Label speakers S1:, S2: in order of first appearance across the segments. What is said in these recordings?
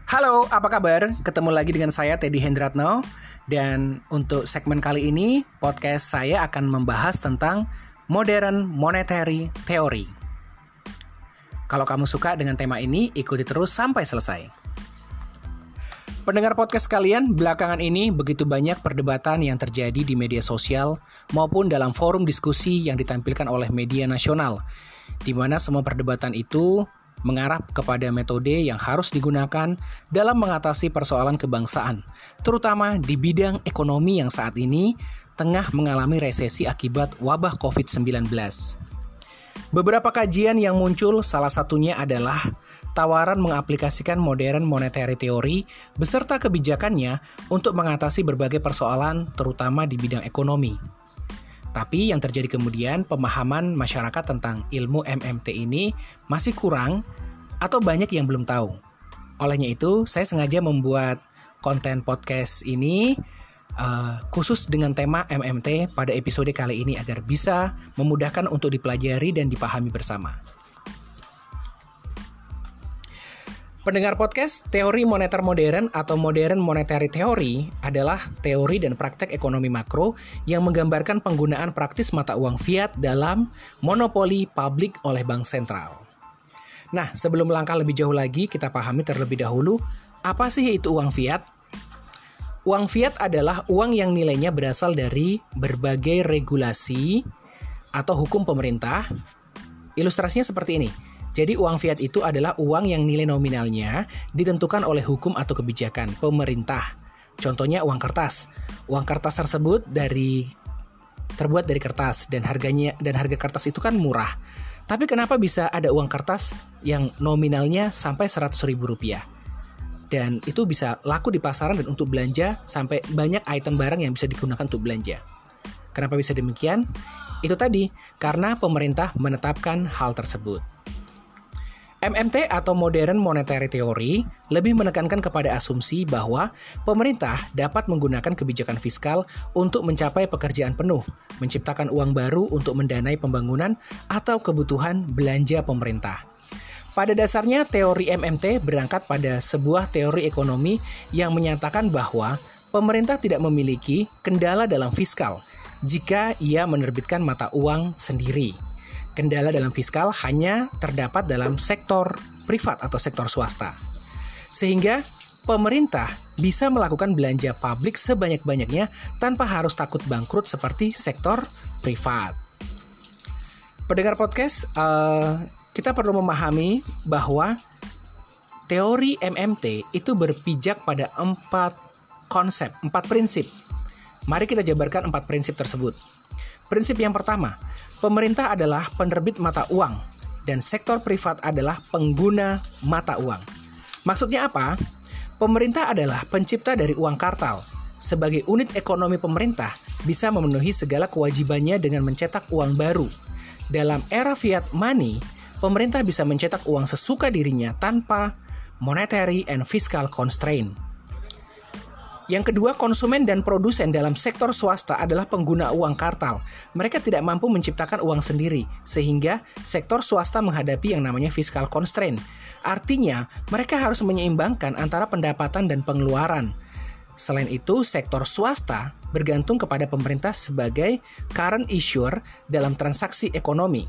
S1: Halo, apa kabar? Ketemu lagi dengan saya Teddy Hendratno. Dan untuk segmen kali ini, podcast saya akan membahas tentang Modern Monetary Theory. Kalau kamu suka dengan tema ini, ikuti terus sampai selesai. Pendengar podcast kalian, belakangan ini begitu banyak perdebatan yang terjadi di media sosial maupun dalam forum diskusi yang ditampilkan oleh media nasional, di mana semua perdebatan itu mengarah kepada metode yang harus digunakan dalam mengatasi persoalan kebangsaan, terutama di bidang ekonomi yang saat ini tengah mengalami resesi akibat wabah COVID-19. Beberapa kajian yang muncul salah satunya adalah tawaran mengaplikasikan modern monetary theory beserta kebijakannya untuk mengatasi berbagai persoalan terutama di bidang ekonomi. Tapi yang terjadi kemudian, pemahaman masyarakat tentang ilmu MMT ini masih kurang atau banyak yang belum tahu. Olehnya itu, saya sengaja membuat konten podcast ini khusus dengan tema MMT pada episode kali ini agar bisa memudahkan untuk dipelajari dan dipahami bersama. Pendengar podcast, teori moneter modern atau modern monetary theory adalah teori dan praktek ekonomi makro yang menggambarkan penggunaan praktis mata uang fiat dalam monopoli publik oleh bank sentral. Nah, sebelum melangkah lebih jauh lagi, kita pahami terlebih dahulu apa sih itu uang fiat? Uang fiat adalah uang yang nilainya berasal dari berbagai regulasi atau hukum pemerintah. Ilustrasinya seperti ini. Jadi uang fiat itu adalah uang yang nilai nominalnya ditentukan oleh hukum atau kebijakan pemerintah. Contohnya uang kertas. Uang kertas tersebut terbuat dari kertas dan harga kertas itu kan murah. Tapi kenapa bisa ada uang kertas yang nominalnya sampai Rp100.000? Dan itu bisa laku di pasaran dan untuk belanja sampai banyak item barang yang bisa digunakan untuk belanja. Kenapa bisa demikian? Itu tadi, karena pemerintah menetapkan hal tersebut. MMT atau Modern Monetary Theory lebih menekankan kepada asumsi bahwa pemerintah dapat menggunakan kebijakan fiskal untuk mencapai pekerjaan penuh, menciptakan uang baru untuk mendanai pembangunan atau kebutuhan belanja pemerintah. Pada dasarnya, teori MMT berangkat pada sebuah teori ekonomi yang menyatakan bahwa pemerintah tidak memiliki kendala dalam fiskal jika ia menerbitkan mata uang sendiri. Kendala dalam fiskal hanya terdapat dalam sektor privat atau sektor swasta. Sehingga pemerintah bisa melakukan belanja publik sebanyak-banyaknya tanpa harus takut bangkrut seperti sektor privat. Pendengar podcast, kita perlu memahami bahwa teori MMT itu berpijak pada 4 prinsip. Mari kita jabarkan 4 prinsip tersebut. Prinsip yang pertama, pemerintah adalah penerbit mata uang dan sektor privat adalah pengguna mata uang. Maksudnya apa? Pemerintah adalah pencipta dari uang kartal. Sebagai unit ekonomi pemerintah bisa memenuhi segala kewajibannya dengan mencetak uang baru. Dalam era fiat money, pemerintah bisa mencetak uang sesuka dirinya tanpa monetary and fiscal constraint. Yang kedua, konsumen dan produsen dalam sektor swasta adalah pengguna uang kartal. Mereka tidak mampu menciptakan uang sendiri, sehingga sektor swasta menghadapi yang namanya fiscal constraint. Artinya, mereka harus menyeimbangkan antara pendapatan dan pengeluaran. Selain itu, sektor swasta bergantung kepada pemerintah sebagai current issuer dalam transaksi ekonomi.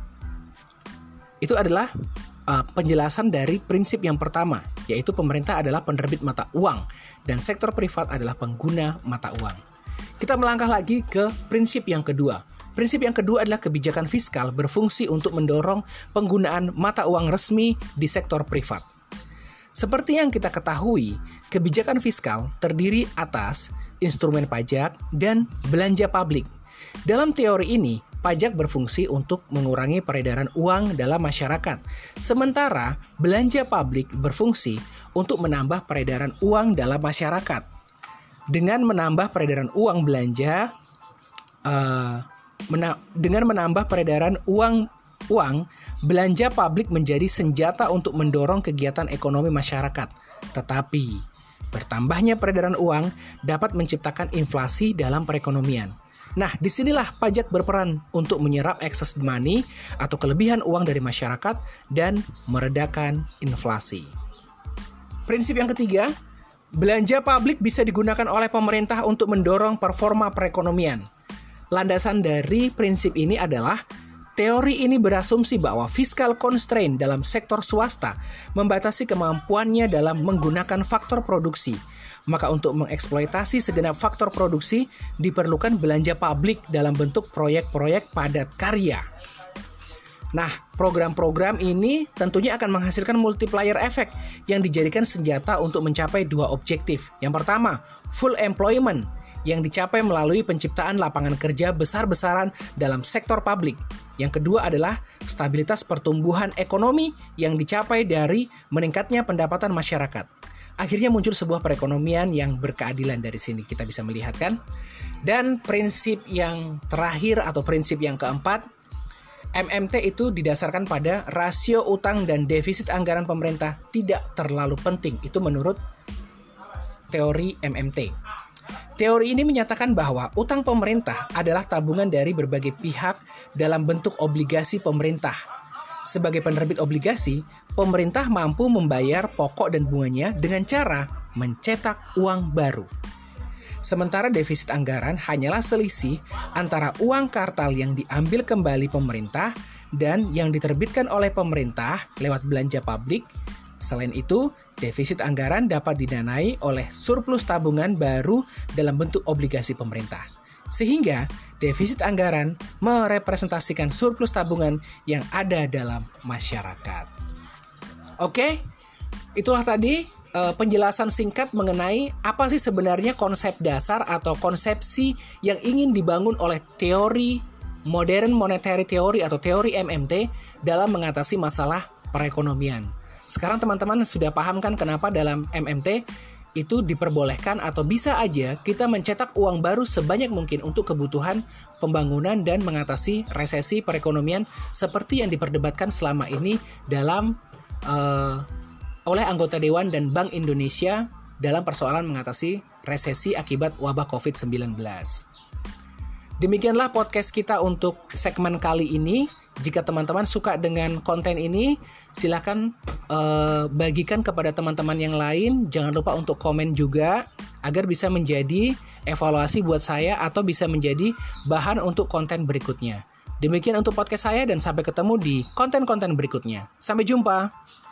S1: Itu adalah penjelasan dari prinsip yang pertama, yaitu pemerintah adalah penerbit mata uang dan sektor privat adalah pengguna mata uang. Kita melangkah lagi ke prinsip yang kedua. Prinsip yang kedua adalah kebijakan fiskal berfungsi untuk mendorong penggunaan mata uang resmi di sektor privat. Seperti yang kita ketahui, kebijakan fiskal terdiri atas instrumen pajak dan belanja publik. Dalam teori ini, pajak berfungsi untuk mengurangi peredaran uang dalam masyarakat, sementara belanja publik berfungsi untuk menambah peredaran uang dalam masyarakat. Dengan menambah peredaran uang belanja, belanja publik menjadi senjata untuk mendorong kegiatan ekonomi masyarakat. Tetapi, bertambahnya peredaran uang dapat menciptakan inflasi dalam perekonomian. Nah, disinilah pajak berperan untuk menyerap excess money atau kelebihan uang dari masyarakat dan meredakan inflasi. Prinsip yang ketiga, belanja publik bisa digunakan oleh pemerintah untuk mendorong performa perekonomian. Landasan dari prinsip ini adalah teori ini berasumsi bahwa fiscal constraint dalam sektor swasta membatasi kemampuannya dalam menggunakan faktor produksi. Maka untuk mengeksploitasi segenap faktor produksi diperlukan belanja publik dalam bentuk proyek-proyek padat karya. Nah, program-program ini tentunya akan menghasilkan multiplier effect yang dijadikan senjata untuk mencapai dua objektif. Yang pertama, full employment yang dicapai melalui penciptaan lapangan kerja besar-besaran dalam sektor publik. Yang kedua adalah stabilitas pertumbuhan ekonomi yang dicapai dari meningkatnya pendapatan masyarakat. Akhirnya muncul sebuah perekonomian yang berkeadilan dari sini, kita bisa melihat kan? Dan prinsip yang terakhir atau prinsip yang keempat, MMT itu didasarkan pada rasio utang dan defisit anggaran pemerintah tidak terlalu penting. Itu menurut teori MMT. Teori ini menyatakan bahwa utang pemerintah adalah tabungan dari berbagai pihak dalam bentuk obligasi pemerintah. Sebagai penerbit obligasi, pemerintah mampu membayar pokok dan bunganya dengan cara mencetak uang baru. Sementara defisit anggaran hanyalah selisih antara uang kartal yang diambil kembali pemerintah dan yang diterbitkan oleh pemerintah lewat belanja publik. Selain itu, defisit anggaran dapat didanai oleh surplus tabungan baru dalam bentuk obligasi pemerintah. Sehingga defisit anggaran merepresentasikan surplus tabungan yang ada dalam masyarakat. Oke, itulah tadi penjelasan singkat mengenai apa sih sebenarnya konsep dasar atau konsepsi yang ingin dibangun oleh teori modern monetary theory atau teori MMT dalam mengatasi masalah perekonomian. Sekarang teman-teman sudah paham kan kenapa dalam MMT itu diperbolehkan atau bisa aja kita mencetak uang baru sebanyak mungkin untuk kebutuhan pembangunan dan mengatasi resesi perekonomian seperti yang diperdebatkan selama ini dalam oleh anggota Dewan dan Bank Indonesia dalam persoalan mengatasi resesi akibat wabah COVID-19. Demikianlah podcast kita untuk segmen kali ini. Jika teman-teman suka dengan konten ini, silakan bagikan kepada teman-teman yang lain. Jangan lupa untuk komen juga agar bisa menjadi evaluasi buat saya atau bisa menjadi bahan untuk konten berikutnya. Demikian untuk podcast saya dan sampai ketemu di konten-konten berikutnya. Sampai jumpa.